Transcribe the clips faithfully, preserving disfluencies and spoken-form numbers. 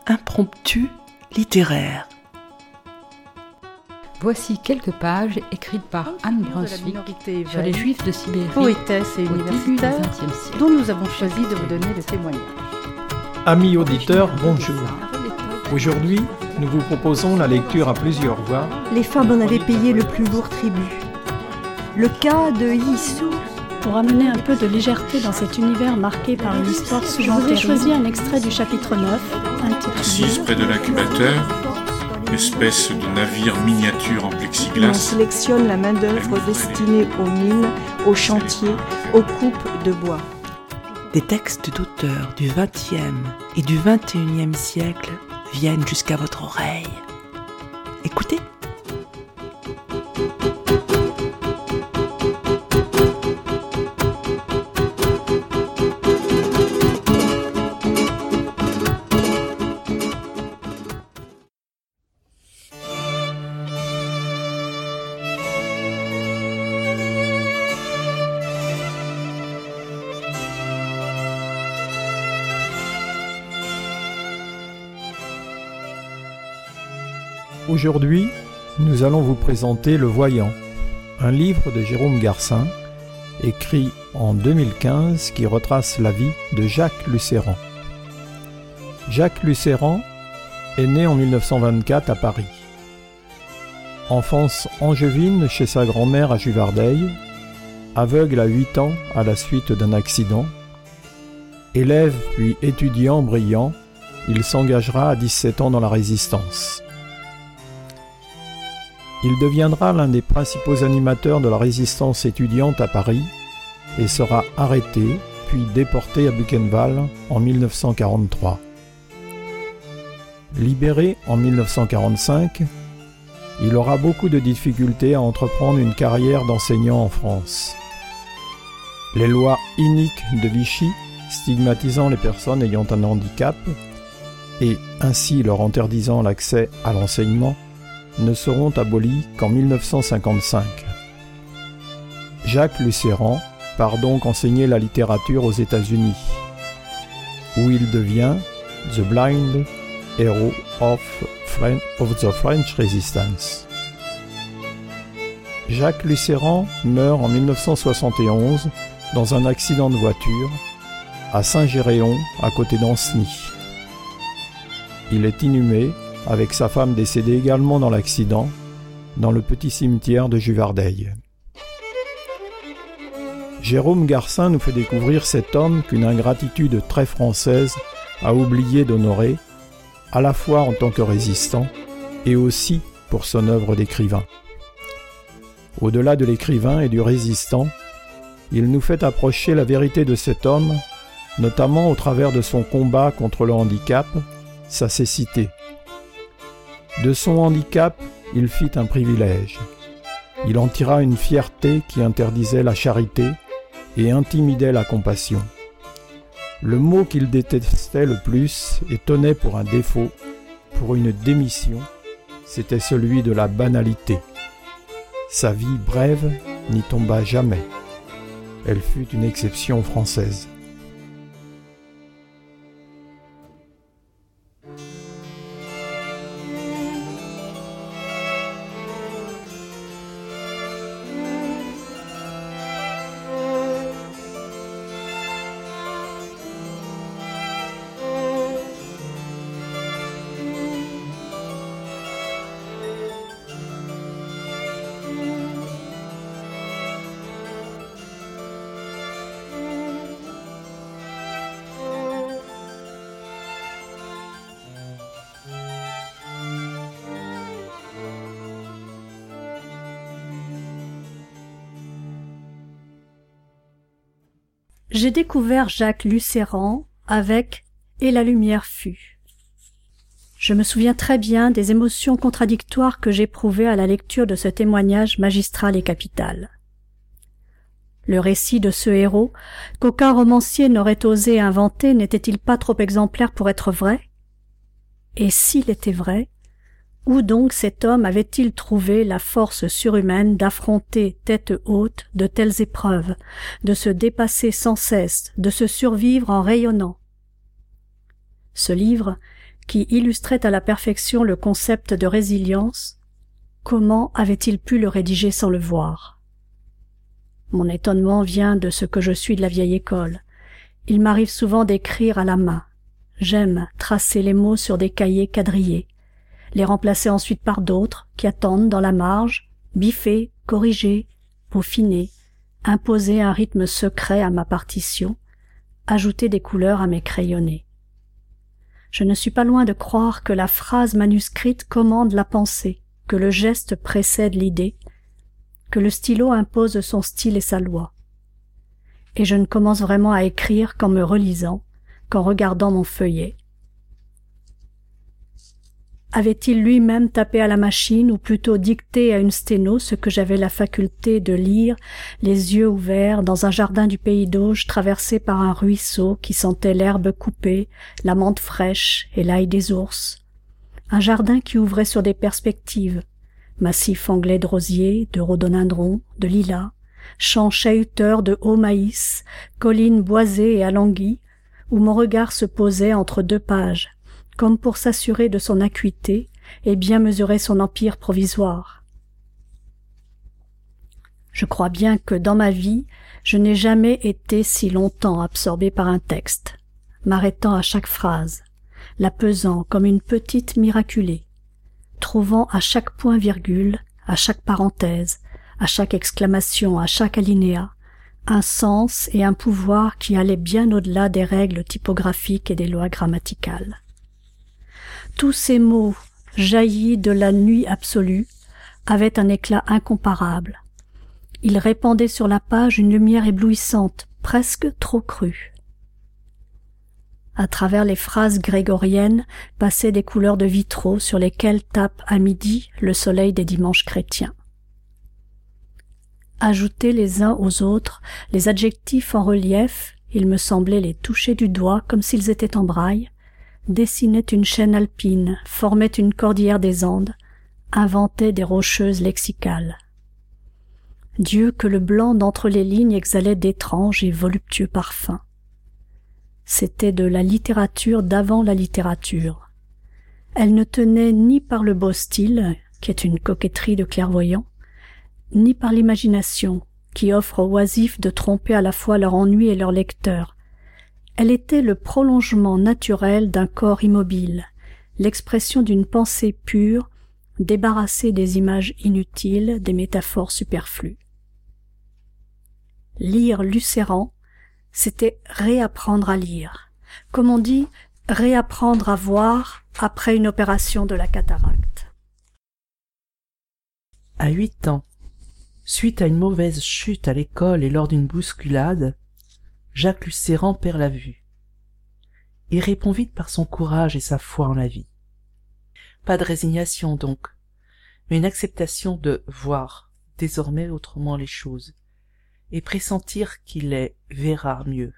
impromptu littéraire. Voici quelques pages écrites par Anne Brunswick sur les Juifs de Sibérie, poétesse et universitaire, dont nous avons choisi de vous donner le témoignage. Amis auditeurs, bonjour. Aujourd'hui, nous vous proposons la lecture à plusieurs voix. Les femmes en avaient payé le plus lourd tribut. Le cas de Yissou. Pour amener un peu de légèreté dans cet univers marqué par une histoire souvent terrible, je vous ai choisi un extrait du chapitre neuf, intitulé... Assise près de l'incubateur, espèce de navire miniature en plexiglas. On sélectionne la main-d'œuvre destinée aux mines, aux chantiers, aux coupes de bois. Des textes d'auteurs du vingtième et du vingt et unième siècle viennent jusqu'à votre oreille. Écoutez. Aujourd'hui, nous allons vous présenter Le Voyant, un livre de Jérôme Garcin, écrit en deux mille quinze qui retrace la vie de Jacques Lucéran. Jacques Lucéran est né en mille neuf cent vingt-quatre à Paris. Enfance angevine chez sa grand-mère à Juvardeil, aveugle à huit ans à la suite d'un accident, élève puis étudiant brillant, il s'engagera à dix-sept ans dans la Résistance. Il deviendra l'un des principaux animateurs de la résistance étudiante à Paris et sera arrêté puis déporté à Buchenwald en mille neuf cent quarante-trois. Libéré en mille neuf cent quarante-cinq, il aura beaucoup de difficultés à entreprendre une carrière d'enseignant en France. Les lois iniques de Vichy, stigmatisant les personnes ayant un handicap et ainsi leur interdisant l'accès à l'enseignement, ne seront abolis qu'en mille neuf cent cinquante-cinq. Jacques Lucéran part donc enseigner la littérature aux États-Unis, où il devient The Blind Hero of, French, of the French Resistance. Jacques Lucéran meurt en mille neuf cent soixante et onze dans un accident de voiture à Saint-Géréon, à côté d'Ancenis. Il est inhumé avec sa femme décédée également dans l'accident, dans le petit cimetière de Juvardeil. Jérôme Garcin nous fait découvrir cet homme qu'une ingratitude très française a oublié d'honorer, à la fois en tant que résistant et aussi pour son œuvre d'écrivain. Au-delà de l'écrivain et du résistant, il nous fait approcher la vérité de cet homme, notamment au travers de son combat contre le handicap, sa cécité. De son handicap, il fit un privilège. Il en tira une fierté qui interdisait la charité et intimidait la compassion. Le mot qu'il détestait le plus et tenait pour un défaut, pour une démission, c'était celui de la banalité. Sa vie brève n'y tomba jamais. Elle fut une exception française. J'ai découvert Jacques Lucéran avec « Et la lumière fut ». Je me souviens très bien des émotions contradictoires que j'éprouvais à la lecture de ce témoignage magistral et capital. Le récit de ce héros, qu'aucun romancier n'aurait osé inventer, n'était-il pas trop exemplaire pour être vrai? Et s'il était vrai, où donc cet homme avait-il trouvé la force surhumaine d'affronter tête haute de telles épreuves, de se dépasser sans cesse, de se survivre en rayonnant? Ce livre, qui illustrait à la perfection le concept de résilience, comment avait-il pu le rédiger sans le voir? Mon étonnement vient de ce que je suis de la vieille école. Il m'arrive souvent d'écrire à la main. J'aime tracer les mots sur des cahiers quadrillés, les remplacer ensuite par d'autres qui attendent dans la marge, biffer, corriger, peaufiner, imposer un rythme secret à ma partition, ajouter des couleurs à mes crayonnés. Je ne suis pas loin de croire que la phrase manuscrite commande la pensée, que le geste précède l'idée, que le stylo impose son style et sa loi. Et je ne commence vraiment à écrire qu'en me relisant, qu'en regardant mon feuillet. Avait-il lui-même tapé à la machine ou plutôt dicté à une sténo ce que j'avais la faculté de lire, les yeux ouverts, dans un jardin du pays d'Auge traversé par un ruisseau qui sentait l'herbe coupée, la menthe fraîche et l'ail des ours? Un jardin qui ouvrait sur des perspectives, massif anglais de rosiers, de rhododendrons, de lilas, champs chahuteurs de hauts maïs, collines boisées et alanguies, où mon regard se posait entre deux pages, comme pour s'assurer de son acuité et bien mesurer son empire provisoire. Je crois bien que dans ma vie, je n'ai jamais été si longtemps absorbé par un texte, m'arrêtant à chaque phrase, la pesant comme une petite miraculée, trouvant à chaque point-virgule, à chaque parenthèse, à chaque exclamation, à chaque alinéa, un sens et un pouvoir qui allaient bien au-delà des règles typographiques et des lois grammaticales. Tous ces mots, jaillis de la nuit absolue, avaient un éclat incomparable. Ils répandaient sur la page une lumière éblouissante, presque trop crue. À travers les phrases grégoriennes passaient des couleurs de vitraux sur lesquels tape à midi le soleil des dimanches chrétiens. Ajoutés les uns aux autres, les adjectifs en relief, il me semblait les toucher du doigt comme s'ils étaient en braille, dessinaient une chaîne alpine, formaient une cordillère des Andes, inventaient des rocheuses lexicales. Dieu que le blanc d'entre les lignes exhalait d'étranges et voluptueux parfums. C'était de la littérature d'avant la littérature. Elle ne tenait ni par le beau style, qui est une coquetterie de clairvoyants, ni par l'imagination, qui offre aux oisifs de tromper à la fois leur ennui et leur lecteur. Elle était le prolongement naturel d'un corps immobile, l'expression d'une pensée pure, débarrassée des images inutiles, des métaphores superflues. Lire Lucéran, c'était réapprendre à lire. Comme on dit, réapprendre à voir après une opération de la cataracte. À huit ans, suite à une mauvaise chute à l'école et lors d'une bousculade, Jacques Lucéran perd la vue. Il répond vite par son courage et sa foi en la vie. Pas de résignation donc, mais une acceptation de voir désormais autrement les choses, et pressentir qu'il les verra mieux.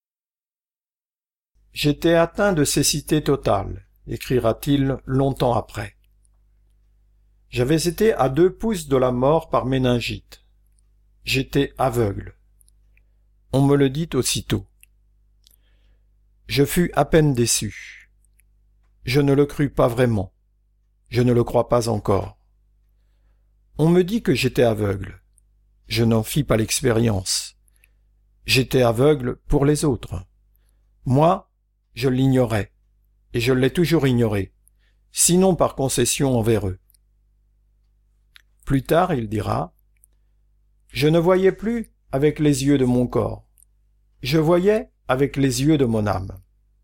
« J'étais atteint de cécité totale », écrira-t-il longtemps après. J'avais été à deux pouces de la mort par méningite. J'étais aveugle. On me le dit aussitôt. Je fus à peine déçu. Je ne le crus pas vraiment. Je ne le crois pas encore. On me dit que j'étais aveugle. Je n'en fis pas l'expérience. J'étais aveugle pour les autres. Moi, je l'ignorais, et je l'ai toujours ignoré, sinon par concession envers eux. Plus tard, il dira « Je ne voyais plus avec les yeux de mon corps. Je voyais avec les yeux de mon âme. »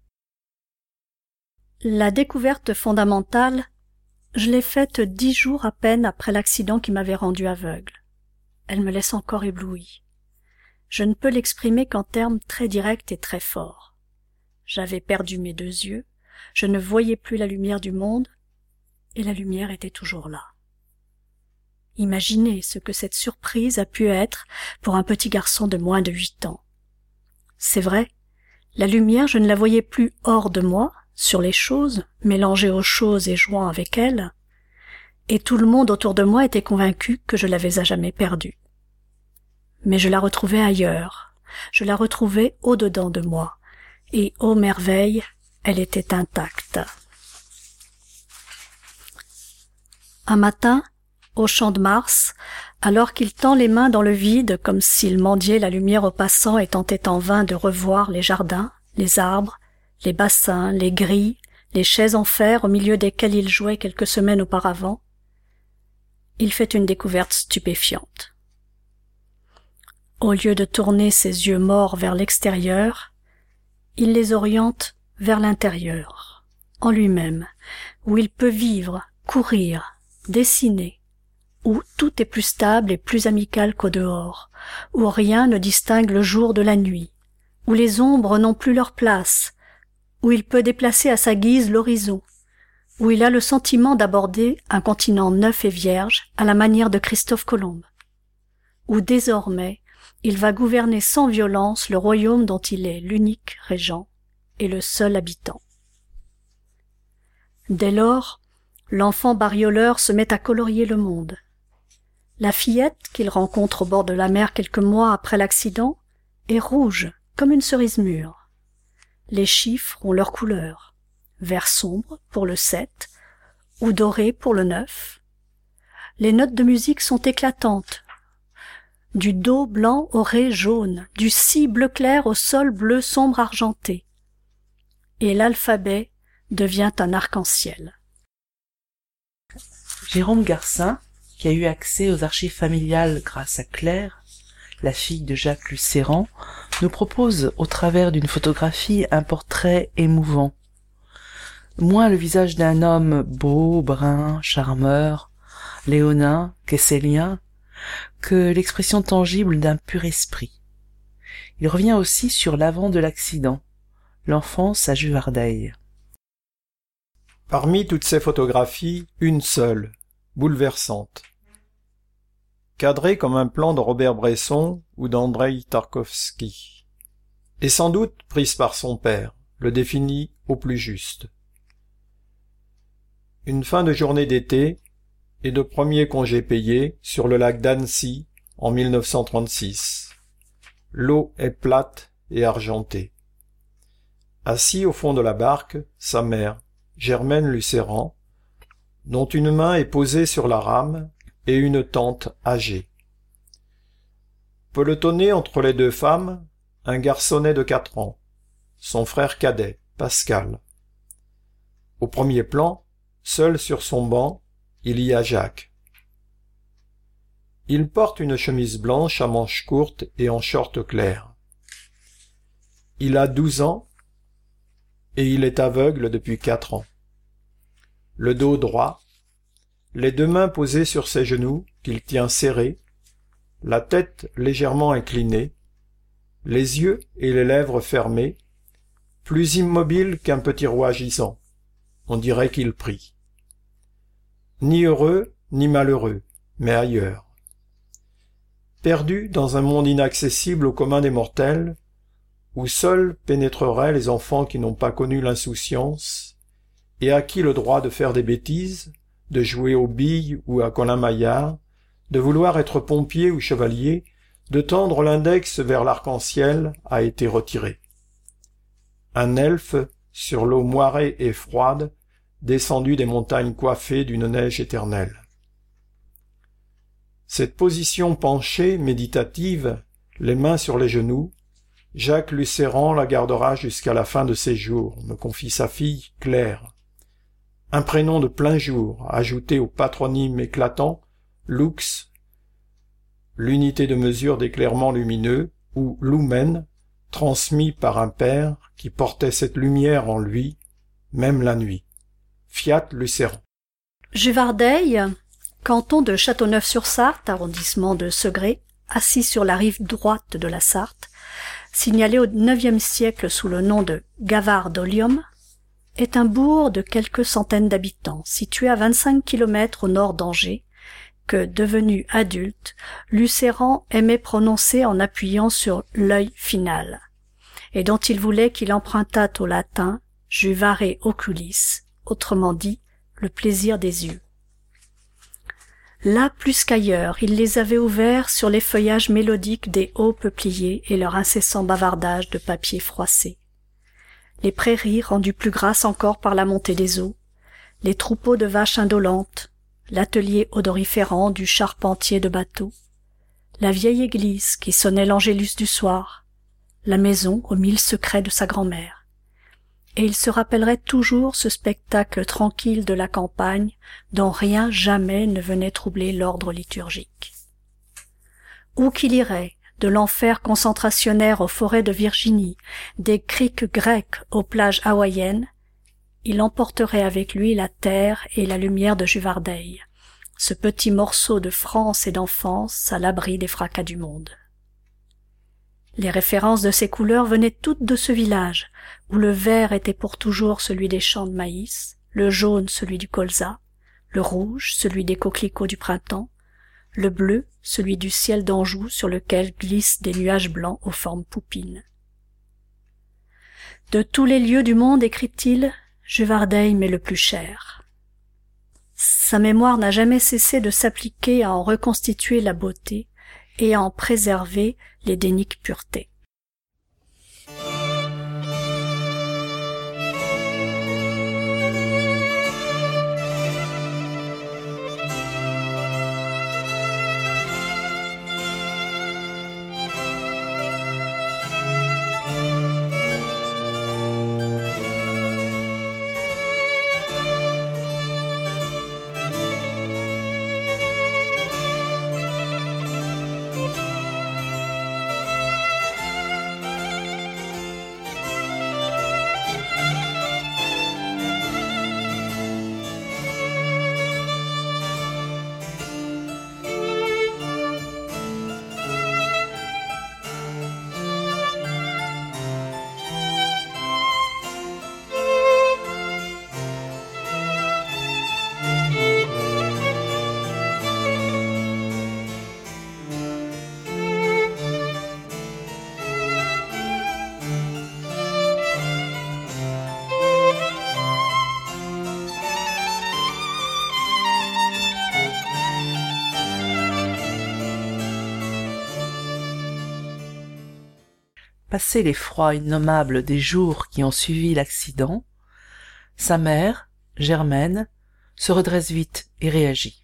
La découverte fondamentale, je l'ai faite dix jours à peine après l'accident qui m'avait rendu aveugle. Elle me laisse encore ébloui. Je ne peux l'exprimer qu'en termes très directs et très forts. J'avais perdu mes deux yeux, je ne voyais plus la lumière du monde, et la lumière était toujours là. Imaginez ce que cette surprise a pu être pour un petit garçon de moins de huit ans. C'est vrai, la lumière, je ne la voyais plus hors de moi, sur les choses, mélangée aux choses et jouant avec elles, et tout le monde autour de moi était convaincu que je l'avais à jamais perdue. Mais je la retrouvais ailleurs, je la retrouvais au-dedans de moi, et, ô merveille, elle était intacte. Un matin, au champ de Mars, alors qu'il tend les mains dans le vide comme s'il mendiait la lumière aux passants et tentait en vain de revoir les jardins, les arbres, les bassins, les grilles, les chaises en fer au milieu desquelles il jouait quelques semaines auparavant, il fait une découverte stupéfiante. Au lieu de tourner ses yeux morts vers l'extérieur, il les oriente vers l'intérieur, en lui-même, où il peut vivre, courir, dessiner, où tout est plus stable et plus amical qu'au dehors, où rien ne distingue le jour de la nuit, où les ombres n'ont plus leur place, où il peut déplacer à sa guise l'horizon, où il a le sentiment d'aborder un continent neuf et vierge à la manière de Christophe Colomb, où désormais il va gouverner sans violence le royaume dont il est l'unique régent et le seul habitant. Dès lors, l'enfant barioleur se met à colorier le monde. La fillette qu'il rencontre au bord de la mer quelques mois après l'accident est rouge comme une cerise mûre. Les chiffres ont leur couleur, vert sombre pour le sept ou doré pour le neuf. Les notes de musique sont éclatantes, du do blanc au ré jaune, du si bleu clair au sol bleu sombre argenté. Et l'alphabet devient un arc-en-ciel. Jérôme Garcin, qui a eu accès aux archives familiales grâce à Claire, la fille de Jacques Lucéran, nous propose au travers d'une photographie un portrait émouvant. Moins le visage d'un homme beau, brun, charmeur, léonin, kessélien, que l'expression tangible d'un pur esprit. Il revient aussi sur l'avant de l'accident, l'enfance à Juvardeil. Parmi toutes ces photographies, une seule, bouleversante. Cadrée comme un plan de Robert Bresson ou d'Andrei Tarkovsky. Et sans doute prise par son père, le définit au plus juste. Une fin de journée d'été et de premier congé payé sur le lac d'Annecy en mille neuf cent trente-six. L'eau est plate et argentée. Assis au fond de la barque, sa mère, Germaine Lucéran, dont une main est posée sur la rame, et une tante âgée. Pelotonné entre les deux femmes, un garçonnet de quatre ans, son frère cadet, Pascal. Au premier plan, seul sur son banc, il y a Jacques. Il porte une chemise blanche à manches courtes et en short clair. Il a douze ans et il est aveugle depuis quatre ans. Le dos droit, les deux mains posées sur ses genoux qu'il tient serrés, la tête légèrement inclinée, les yeux et les lèvres fermés, plus immobile qu'un petit roi gisant. On dirait qu'il prie. Ni heureux, ni malheureux, mais ailleurs. Perdu dans un monde inaccessible au commun des mortels, où seuls pénétreraient les enfants qui n'ont pas connu l'insouciance, et à qui le droit de faire des bêtises, de jouer aux billes ou à Colin-Maillard, de vouloir être pompier ou chevalier, de tendre l'index vers l'arc-en-ciel a été retiré. Un elfe, sur l'eau moirée et froide, descendu des montagnes coiffées d'une neige éternelle. Cette position penchée, méditative, les mains sur les genoux, Jacques Lucéran la gardera jusqu'à la fin de ses jours, me confie sa fille Claire. Un prénom de plein jour, ajouté au patronyme éclatant, Lux, l'unité de mesure d'éclairement lumineux, ou lumen, transmis par un père qui portait cette lumière en lui, même la nuit. Fiat Lucéran. Juvardeil, canton de Châteauneuf-sur-Sarthe, arrondissement de Segré, assis sur la rive droite de la Sarthe, signalé au neuvième siècle sous le nom de Gavard-d'Olium, est un bourg de quelques centaines d'habitants, situé à vingt-cinq kilomètres au nord d'Angers, que, devenu adulte, Lucéran aimait prononcer en appuyant sur l'œil final, et dont il voulait qu'il empruntât au latin « juvare oculis », autrement dit « le plaisir des yeux ». Là plus qu'ailleurs, il les avait ouverts sur les feuillages mélodiques des hauts peupliers et leur incessant bavardage de papier froissé. Les prairies rendues plus grasses encore par la montée des eaux, les troupeaux de vaches indolentes, l'atelier odoriférant du charpentier de bateau, la vieille église qui sonnait l'angélus du soir, la maison aux mille secrets de sa grand-mère. Et il se rappellerait toujours ce spectacle tranquille de la campagne dont rien jamais ne venait troubler l'ordre liturgique. Où qu'il irait, de l'enfer concentrationnaire aux forêts de Virginie, des criques grecques aux plages hawaïennes, il emporterait avec lui la terre et la lumière de Juvardeil, ce petit morceau de France et d'enfance à l'abri des fracas du monde. Les références de ces couleurs venaient toutes de ce village, où le vert était pour toujours celui des champs de maïs, le jaune celui du colza, le rouge celui des coquelicots du printemps, le bleu celui du ciel d'Anjou sur lequel glissent des nuages blancs aux formes poupines. De tous les lieux du monde, écrit-il, Juvardeil m'est le plus cher. Sa mémoire n'a jamais cessé de s'appliquer à en reconstituer la beauté et à en préserver l'édénique pureté. Passé l'effroi innommable des jours qui ont suivi l'accident, sa mère, Germaine, se redresse vite et réagit.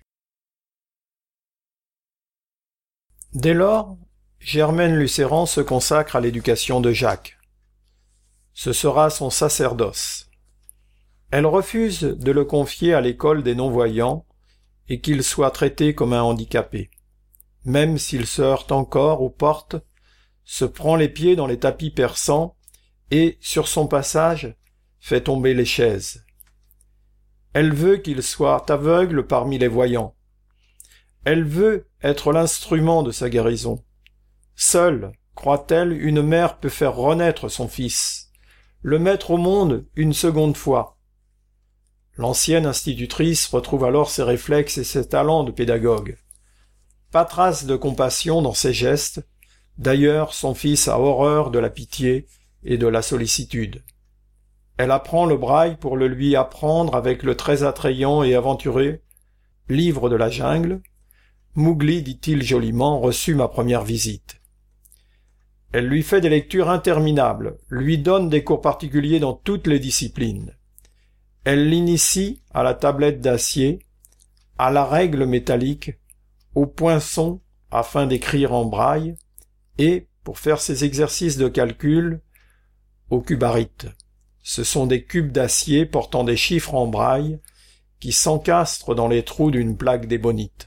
Dès lors, Germaine Lucéran se consacre à l'éducation de Jacques. Ce sera son sacerdoce. Elle refuse de le confier à l'école des non-voyants et qu'il soit traité comme un handicapé. Même s'il se heurte encore aux portes, se prend les pieds dans les tapis perçants et, sur son passage, fait tomber les chaises. Elle veut qu'il soit aveugle parmi les voyants. Elle veut être l'instrument de sa guérison. Seule, croit-elle, une mère peut faire renaître son fils, le mettre au monde une seconde fois. L'ancienne institutrice retrouve alors ses réflexes et ses talents de pédagogue. Pas trace de compassion dans ses gestes. D'ailleurs, son fils a horreur de la pitié et de la sollicitude. Elle apprend le braille pour le lui apprendre avec le très attrayant et aventureux livre de la jungle. Mowgli, dit-il joliment, reçut ma première visite. Elle lui fait des lectures interminables, lui donne des cours particuliers dans toutes les disciplines. Elle l'initie à la tablette d'acier, à la règle métallique, au poinçon afin d'écrire en braille, et, pour faire ses exercices de calcul, au cubarite. Ce sont des cubes d'acier portant des chiffres en braille qui s'encastrent dans les trous d'une plaque d'ébonite.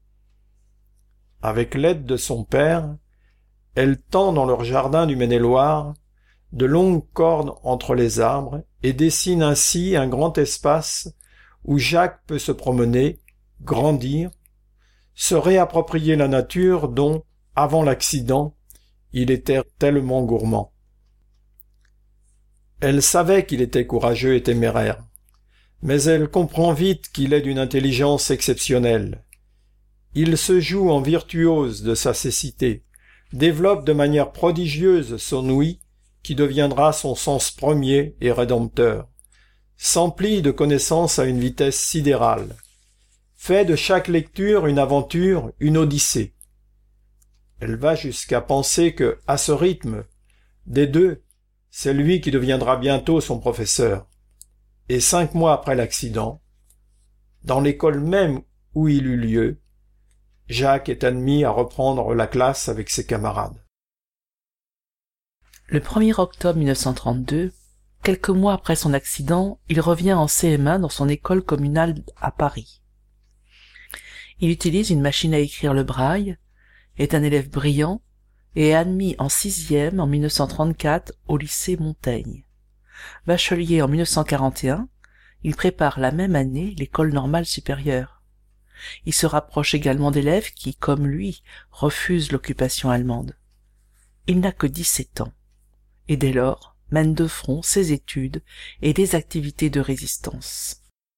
Avec l'aide de son père, elle tend dans leur jardin du Maine-et-Loire de longues cordes entre les arbres et dessine ainsi un grand espace où Jacques peut se promener, grandir, se réapproprier la nature dont, avant l'accident, il était tellement gourmand. Elle savait qu'il était courageux et téméraire, mais elle comprend vite qu'il est d'une intelligence exceptionnelle. Il se joue en virtuose de sa cécité, développe de manière prodigieuse son ouïe qui deviendra son sens premier et rédempteur, s'emplit de connaissances à une vitesse sidérale, fait de chaque lecture une aventure, une odyssée. Elle va jusqu'à penser que, à ce rythme, des deux, c'est lui qui deviendra bientôt son professeur. Et cinq mois après l'accident, dans l'école même où il eut lieu, Jacques est admis à reprendre la classe avec ses camarades. Le premier octobre mille neuf cent trente-deux, quelques mois après son accident, il revient en C M un dans son école communale à Paris. Il utilise une machine à écrire le braille, est un élève brillant et est admis en sixième en mille neuf cent trente-quatre au lycée Montaigne. Bachelier en mille neuf cent quarante et un, il prépare la même année l'école normale supérieure. Il se rapproche également d'élèves qui, comme lui, refusent l'occupation allemande. Il n'a que dix-sept ans, et dès lors mène de front ses études et des activités de résistance.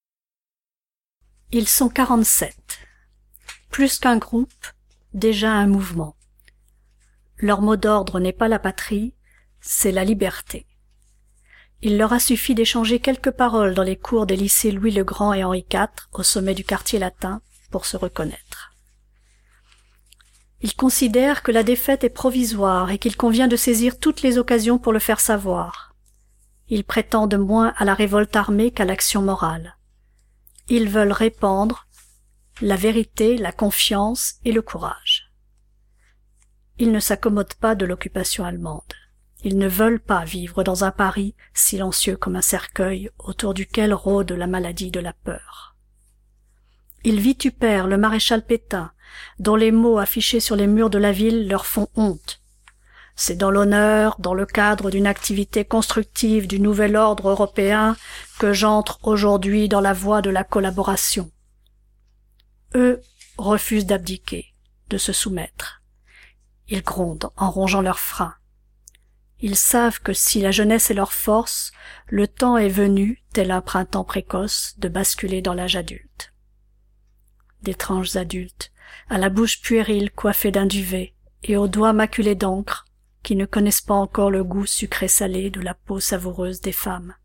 Ils sont quarante-sept. Plus qu'un groupe, déjà un mouvement. Leur mot d'ordre n'est pas la patrie, c'est la liberté. Il leur a suffi d'échanger quelques paroles dans les cours des lycées Louis-le-Grand et Henri quatre, au sommet du quartier latin, pour se reconnaître. Ils considèrent que la défaite est provisoire et qu'il convient de saisir toutes les occasions pour le faire savoir. Ils prétendent moins à la révolte armée qu'à l'action morale. Ils veulent répandre la vérité, la confiance et le courage. Ils ne s'accommodent pas de l'occupation allemande. Ils ne veulent pas vivre dans un Paris silencieux comme un cercueil autour duquel rôde la maladie de la peur. Ils vitupèrent le maréchal Pétain, dont les mots affichés sur les murs de la ville leur font honte. C'est dans l'honneur, dans le cadre d'une activité constructive du nouvel ordre européen, que j'entre aujourd'hui dans la voie de la collaboration. Eux refusent d'abdiquer, de se soumettre. Ils grondent en rongeant leurs freins. Ils savent que si la jeunesse est leur force, le temps est venu, tel un printemps précoce, de basculer dans l'âge adulte. D'étranges adultes, à la bouche puérile coiffée d'un duvet, et aux doigts maculés d'encre, qui ne connaissent pas encore le goût sucré-salé de la peau savoureuse des femmes.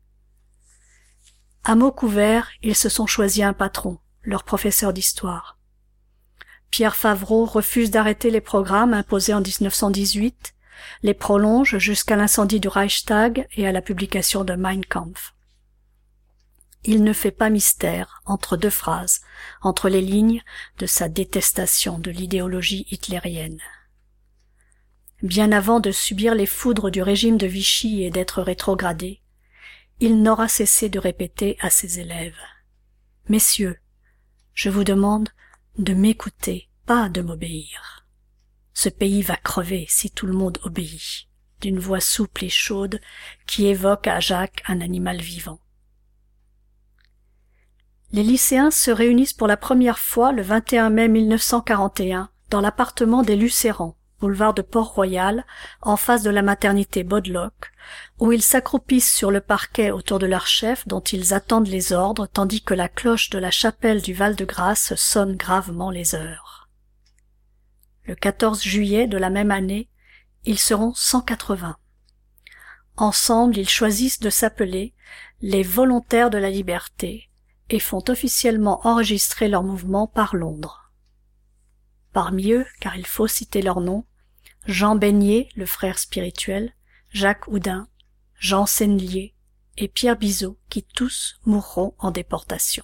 À mots couverts, ils se sont choisis un patron, leur professeur d'histoire. Pierre Favreau refuse d'arrêter les programmes imposés en dix-neuf cent dix-huit, les prolonge jusqu'à l'incendie du Reichstag et à la publication de Mein Kampf. Il ne fait pas mystère, entre deux phrases, entre les lignes, de sa détestation de l'idéologie hitlérienne. Bien avant de subir les foudres du régime de Vichy et d'être rétrogradé, il n'aura cessé de répéter à ses élèves « Messieurs, je vous demande de m'écouter, pas de m'obéir. Ce pays va crever si tout le monde obéit », d'une voix souple et chaude qui évoque à Jacques un animal vivant. Les lycéens se réunissent pour la première fois le vingt et un mai mille neuf cent quarante et un dans l'appartement des Lucérans, boulevard de Port-Royal, en face de la maternité Bodlock, où ils s'accroupissent sur le parquet autour de leur chef dont ils attendent les ordres tandis que la cloche de la chapelle du Val-de-Grâce sonne gravement les heures. Le quatorze juillet de la même année, ils seront cent quatre-vingts. Ensemble, ils choisissent de s'appeler les Volontaires de la Liberté et font officiellement enregistrer leur mouvement par Londres. Parmi eux, car il faut citer leurs noms, Jean Beignet, le frère spirituel, Jacques Houdin, Jean Sennelier et Pierre Bizot, qui tous mourront en déportation.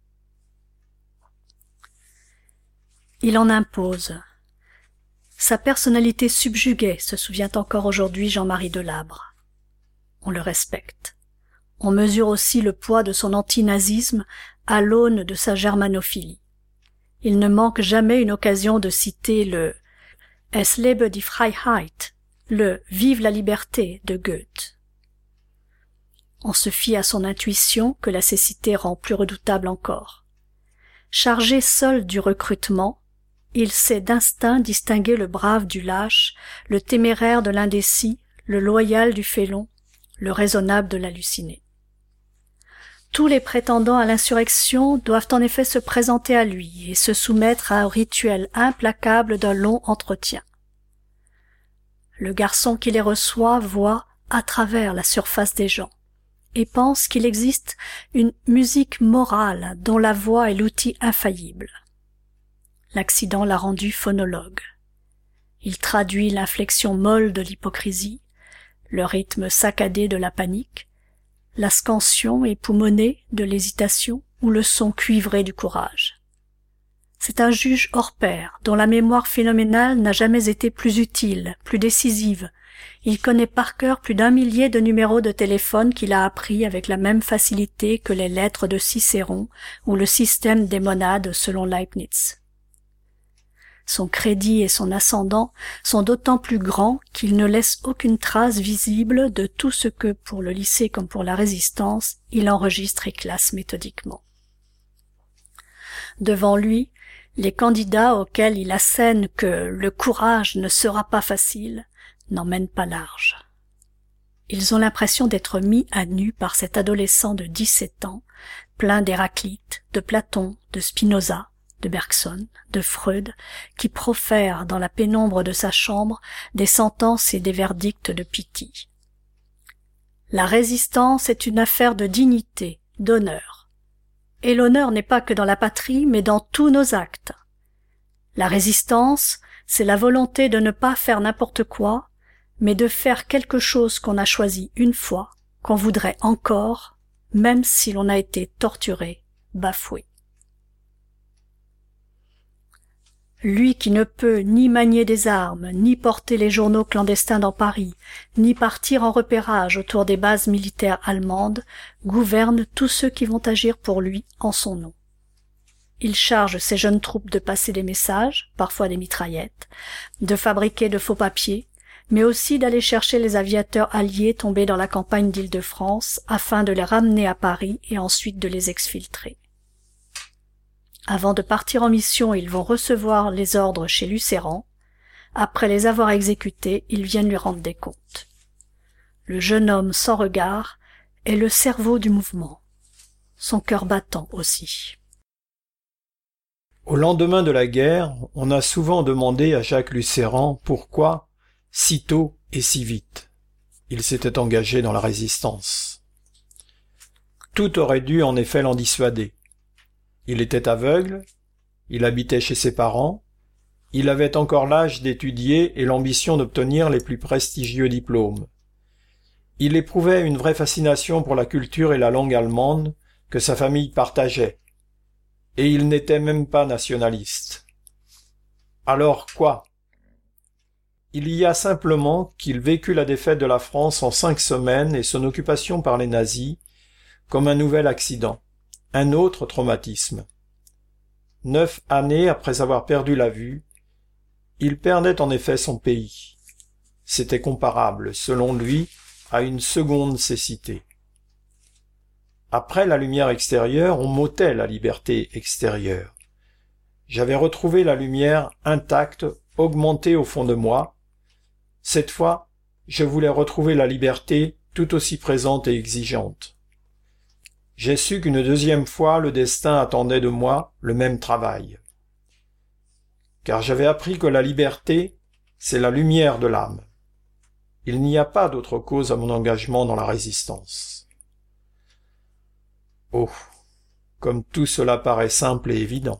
Il en impose. Sa personnalité subjuguait, se souvient encore aujourd'hui Jean-Marie Delabre. On le respecte. On mesure aussi le poids de son antinazisme à l'aune de sa germanophilie. Il ne manque jamais une occasion de citer le « Es lebe die Freiheit », le « Vive la liberté » de Goethe. On se fie à son intuition que la cécité rend plus redoutable encore. Chargé seul du recrutement, il sait d'instinct distinguer le brave du lâche, le téméraire de l'indécis, le loyal du félon, le raisonnable de l'halluciné. Tous les prétendants à l'insurrection doivent en effet se présenter à lui et se soumettre à un rituel implacable d'un long entretien. Le garçon qui les reçoit voit à travers la surface des gens et pense qu'il existe une musique morale dont la voix est l'outil infaillible. L'accident l'a rendu phonologue. Il traduit l'inflexion molle de l'hypocrisie, le rythme saccadé de la panique, la scansion époumonée de l'hésitation ou le son cuivré du courage. C'est un juge hors pair, dont la mémoire phénoménale n'a jamais été plus utile, plus décisive. Il connaît par cœur plus d'un millier de numéros de téléphone qu'il a appris avec la même facilité que les lettres de Cicéron ou le système des monades selon Leibniz. Son crédit et son ascendant sont d'autant plus grands qu'il ne laisse aucune trace visible de tout ce que, pour le lycée comme pour la résistance, il enregistre et classe méthodiquement. Devant lui, les candidats auxquels il assène que le courage ne sera pas facile n'emmènent pas large. Ils ont l'impression d'être mis à nu par cet adolescent de dix-sept ans, plein d'Héraclite, de Platon, de Spinoza, de Bergson, de Freud, qui profère dans la pénombre de sa chambre des sentences et des verdicts de Pitti. La résistance est une affaire de dignité, d'honneur. Et l'honneur n'est pas que dans la patrie, mais dans tous nos actes. La résistance, c'est la volonté de ne pas faire n'importe quoi, mais de faire quelque chose qu'on a choisi une fois, qu'on voudrait encore, même si l'on a été torturé, bafoué. Lui qui ne peut ni manier des armes, ni porter les journaux clandestins dans Paris, ni partir en repérage autour des bases militaires allemandes, gouverne tous ceux qui vont agir pour lui en son nom. Il charge ses jeunes troupes de passer des messages, parfois des mitraillettes, de fabriquer de faux papiers, mais aussi d'aller chercher les aviateurs alliés tombés dans la campagne d'Île-de-France afin de les ramener à Paris et ensuite de les exfiltrer. Avant de partir en mission, ils vont recevoir les ordres chez Lucéran. Après les avoir exécutés, ils viennent lui rendre des comptes. Le jeune homme sans regard est le cerveau du mouvement, son cœur battant aussi. Au lendemain de la guerre, on a souvent demandé à Jacques Lucéran pourquoi, si tôt et si vite, il s'était engagé dans la résistance. Tout aurait dû en effet l'en dissuader. Il était aveugle, il habitait chez ses parents, il avait encore l'âge d'étudier et l'ambition d'obtenir les plus prestigieux diplômes. Il éprouvait une vraie fascination pour la culture et la langue allemande que sa famille partageait, et il n'était même pas nationaliste. Alors quoi? Il y a simplement qu'il vécut la défaite de la France en cinq semaines et son occupation par les nazis comme un nouvel accident. Un autre traumatisme. Neuf années après avoir perdu la vue, il perdait en effet son pays. C'était comparable, selon lui, à une seconde cécité. Après la lumière extérieure, on m'ôtait la liberté extérieure. J'avais retrouvé la lumière intacte, augmentée au fond de moi. Cette fois, je voulais retrouver la liberté tout aussi présente et exigeante. J'ai su qu'une deuxième fois le destin attendait de moi le même travail. Car j'avais appris que la liberté, c'est la lumière de l'âme. Il n'y a pas d'autre cause à mon engagement dans la résistance. Oh, comme tout cela paraît simple et évident.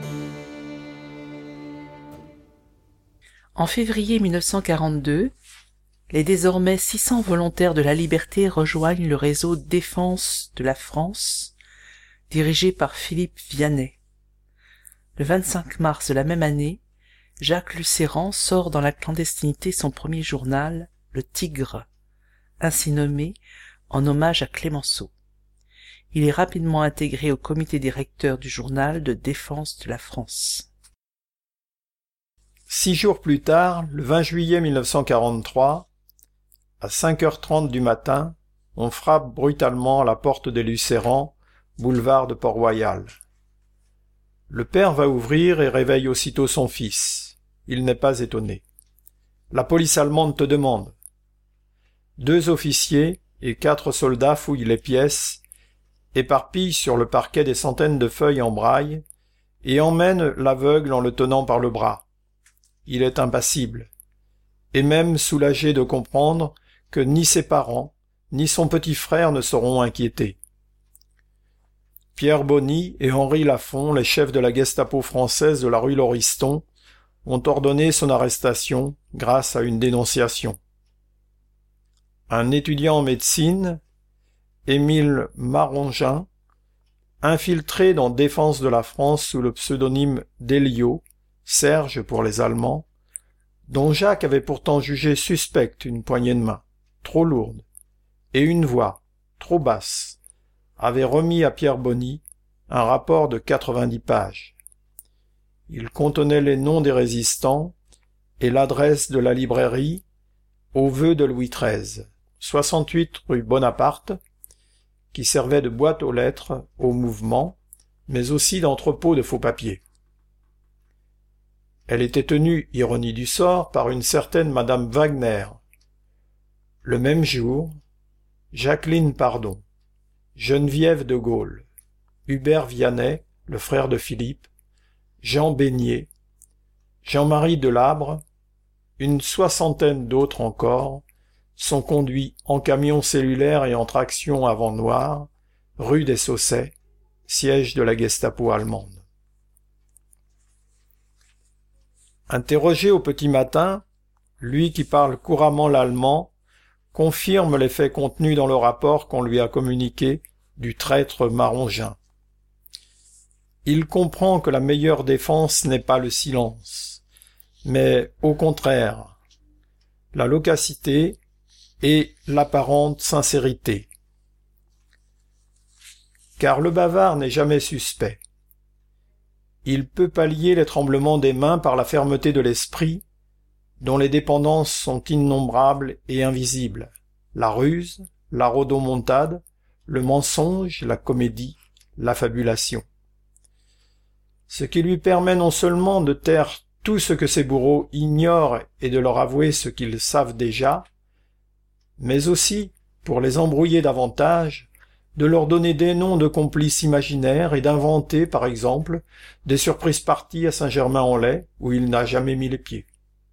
En février mille neuf cent quarante-deux, Les désormais six cents volontaires de la liberté rejoignent le réseau Défense de la France, dirigé par Philippe Vianney. Le vingt-cinq mars de la même année, Jacques Lucéran sort dans la clandestinité son premier journal, Le Tigre, ainsi nommé en hommage à Clémenceau. Il est rapidement intégré au comité directeur du journal de Défense de la France. Six jours plus tard, le vingt juillet mille neuf cent quarante-trois, à cinq heures trente du matin, on frappe brutalement à la porte des Lucérans, boulevard de Port-Royal. Le père va ouvrir et réveille aussitôt son fils. Il n'est pas étonné. La police allemande te demande. Deux officiers et quatre soldats fouillent les pièces, éparpillent sur le parquet des centaines de feuilles en braille et emmènent l'aveugle en le tenant par le bras. Il est impassible, et même soulagé de comprendre que ni ses parents, ni son petit frère ne seront inquiétés. Pierre Bonny et Henri Lafont, les chefs de la Gestapo française de la rue Lauriston, ont ordonné son arrestation grâce à une dénonciation. Un étudiant en médecine, Émile Marongin, infiltré dans Défense de la France sous le pseudonyme d'Elio, Serge pour les Allemands, dont Jacques avait pourtant jugé suspecte une poignée de main, trop lourde, et une voix, trop basse, avait remis à Pierre Bonny un rapport de quatre-vingt-dix pages. Il contenait les noms des résistants et l'adresse de la librairie aux vœux de Louis treize, soixante-huit rue Bonaparte, qui servait de boîte aux lettres au mouvement, mais aussi d'entrepôt de faux papiers. Elle était tenue, ironie du sort, par une certaine Madame Wagner. Le même jour, Jacqueline Pardon, Geneviève de Gaulle, Hubert Vianney, le frère de Philippe, Jean Beignet, Jean-Marie Delabre, une soixantaine d'autres encore, sont conduits en camion cellulaire et en traction avant noire, rue des Saussets, siège de la Gestapo allemande. Interrogé au petit matin, lui qui parle couramment l'allemand, confirme les faits contenus dans le rapport qu'on lui a communiqué du traître Marongin. Il comprend que la meilleure défense n'est pas le silence, mais au contraire, la loquacité et l'apparente sincérité. Car le bavard n'est jamais suspect. Il peut pallier les tremblements des mains par la fermeté de l'esprit, dont les dépendances sont innombrables et invisibles, la ruse, la rodomontade, le mensonge, la comédie, la fabulation. Ce qui lui permet non seulement de taire tout ce que ses bourreaux ignorent et de leur avouer ce qu'ils savent déjà, mais aussi, pour les embrouiller davantage, de leur donner des noms de complices imaginaires et d'inventer, par exemple, des surprises parties à Saint-Germain-en-Laye où il n'a jamais mis les pieds.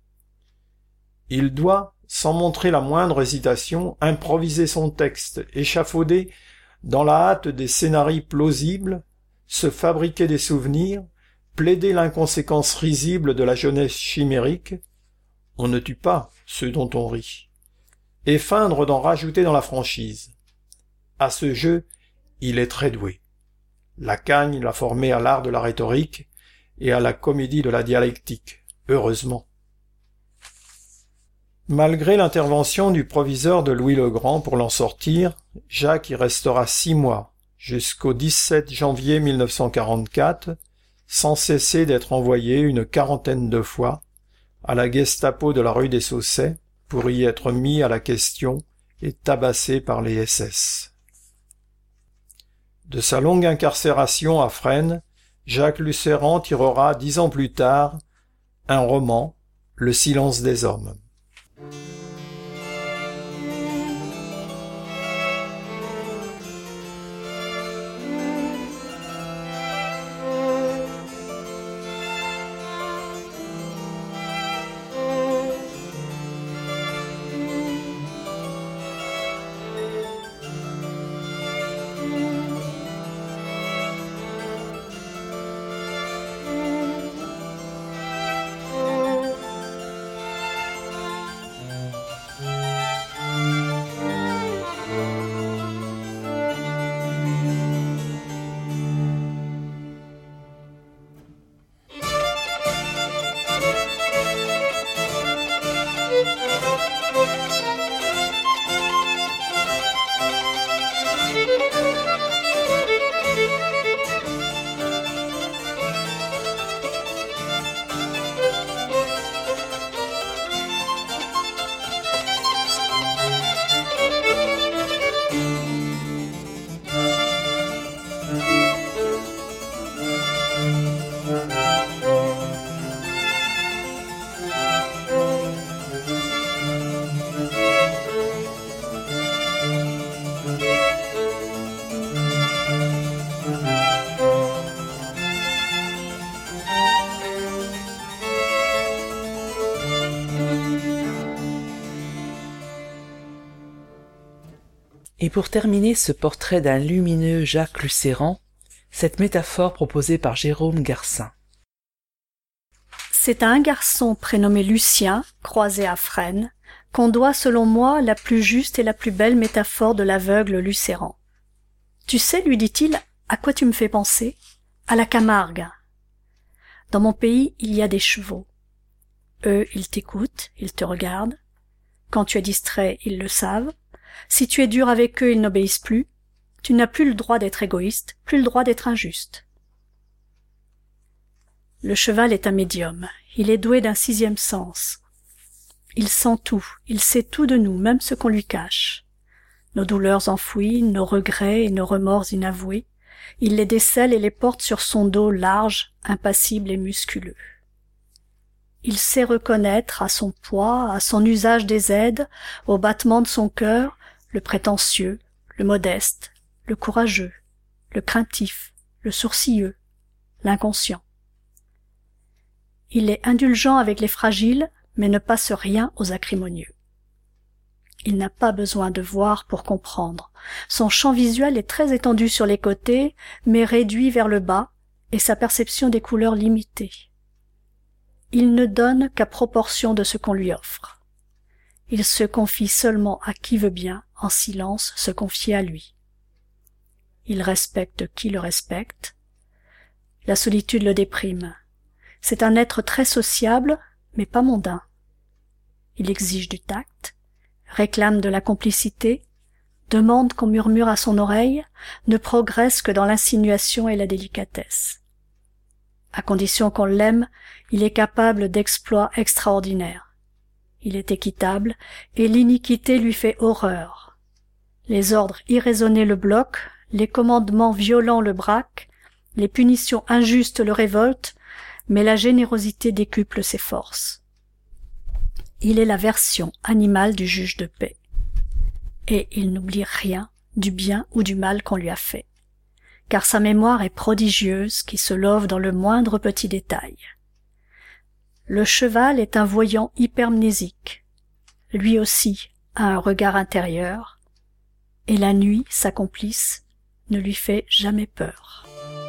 Il doit, sans montrer la moindre hésitation, improviser son texte, échafauder, dans la hâte des scénarios plausibles, se fabriquer des souvenirs, plaider l'inconséquence risible de la jeunesse chimérique, on ne tue pas ceux dont on rit, et feindre d'en rajouter dans la franchise. À ce jeu, il est très doué. La Cagne l'a formé à l'art de la rhétorique et à la comédie de la dialectique, heureusement. Malgré l'intervention du proviseur de Louis le Grand pour l'en sortir, Jacques y restera six mois, jusqu'au dix-sept janvier mille neuf cent quarante-quatre, sans cesser d'être envoyé une quarantaine de fois à la Gestapo de la rue des Saussets pour y être mis à la question et tabassé par les S S. De sa longue incarcération à Fresnes, Jacques Lucéran tirera dix ans plus tard un roman, Le silence des hommes. Et pour terminer ce portrait d'un lumineux Jacques Lucéran, cette métaphore proposée par Jérôme Garcin. C'est à un garçon prénommé Lucien, croisé à Fresnes, qu'on doit selon moi la plus juste et la plus belle métaphore de l'aveugle Lucéran. Tu sais, lui dit-il, à quoi tu me fais penser? À la Camargue. Dans mon pays, il y a des chevaux. Eux, ils t'écoutent, ils te regardent. Quand tu es distrait, ils le savent. Si tu es dur avec eux, ils n'obéissent plus. Tu n'as plus le droit d'être égoïste, plus le droit d'être injuste. Le cheval est un médium. Il est doué d'un sixième sens. Il sent tout, il sait tout de nous, même ce qu'on lui cache. Nos douleurs enfouies, nos regrets et nos remords inavoués, il les décèle et les porte sur son dos large, impassible et musculeux. Il sait reconnaître à son poids, à son usage des aides, au battement de son cœur, le prétentieux, le modeste, le courageux, le craintif, le sourcilleux, l'inconscient. Il est indulgent avec les fragiles, mais ne passe rien aux acrimonieux. Il n'a pas besoin de voir pour comprendre. Son champ visuel est très étendu sur les côtés, mais réduit vers le bas, et sa perception des couleurs limitée. Il ne donne qu'à proportion de ce qu'on lui offre. Il se confie seulement à qui veut bien, en silence, se confier à lui. Il respecte qui le respecte. La solitude le déprime. C'est un être très sociable, mais pas mondain. Il exige du tact, réclame de la complicité, demande qu'on murmure à son oreille, ne progresse que dans l'insinuation et la délicatesse. À condition qu'on l'aime, il est capable d'exploits extraordinaires. Il est équitable, et l'iniquité lui fait horreur. Les ordres irraisonnés le bloquent, les commandements violents le braquent, les punitions injustes le révoltent, mais la générosité décuple ses forces. Il est la version animale du juge de paix. Et il n'oublie rien du bien ou du mal qu'on lui a fait, car sa mémoire est prodigieuse qui se love dans le moindre petit détail. Le cheval est un voyant hypermnésique. Lui aussi a un regard intérieur, et la nuit, sa complice, ne lui fait jamais peur.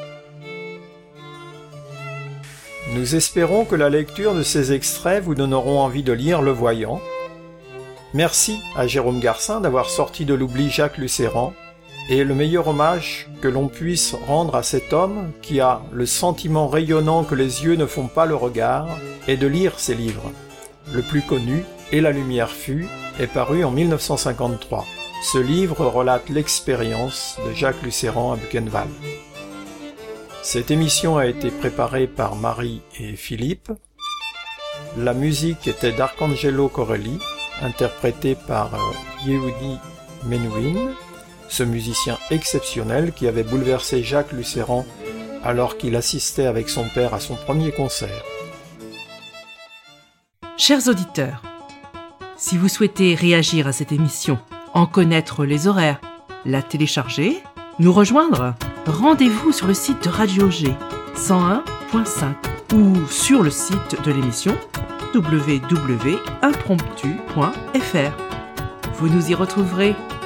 Nous espérons que la lecture de ces extraits vous donneront envie de lire Le Voyant. Merci à Jérôme Garcin d'avoir sorti de l'oubli Jacques Lucéran, et le meilleur hommage que l'on puisse rendre à cet homme qui a le sentiment rayonnant que les yeux ne font pas le regard, est de lire ses livres. Le plus connu, Et la lumière fut, est paru en mille neuf cent cinquante-trois. Ce livre relate l'expérience de Jacques Lucéran à Buchenwald. Cette émission a été préparée par Marie et Philippe. La musique était d'Arcangelo Corelli, interprété par Yehudi Menuhin, ce musicien exceptionnel qui avait bouleversé Jacques Lucéran alors qu'il assistait avec son père à son premier concert. Chers auditeurs, si vous souhaitez réagir à cette émission, en connaître les horaires, la télécharger, nous rejoindre, rendez-vous sur le site de Radio G cent un point cinq ou sur le site de l'émission w w w point impromptu point f r. Vous nous y retrouverez.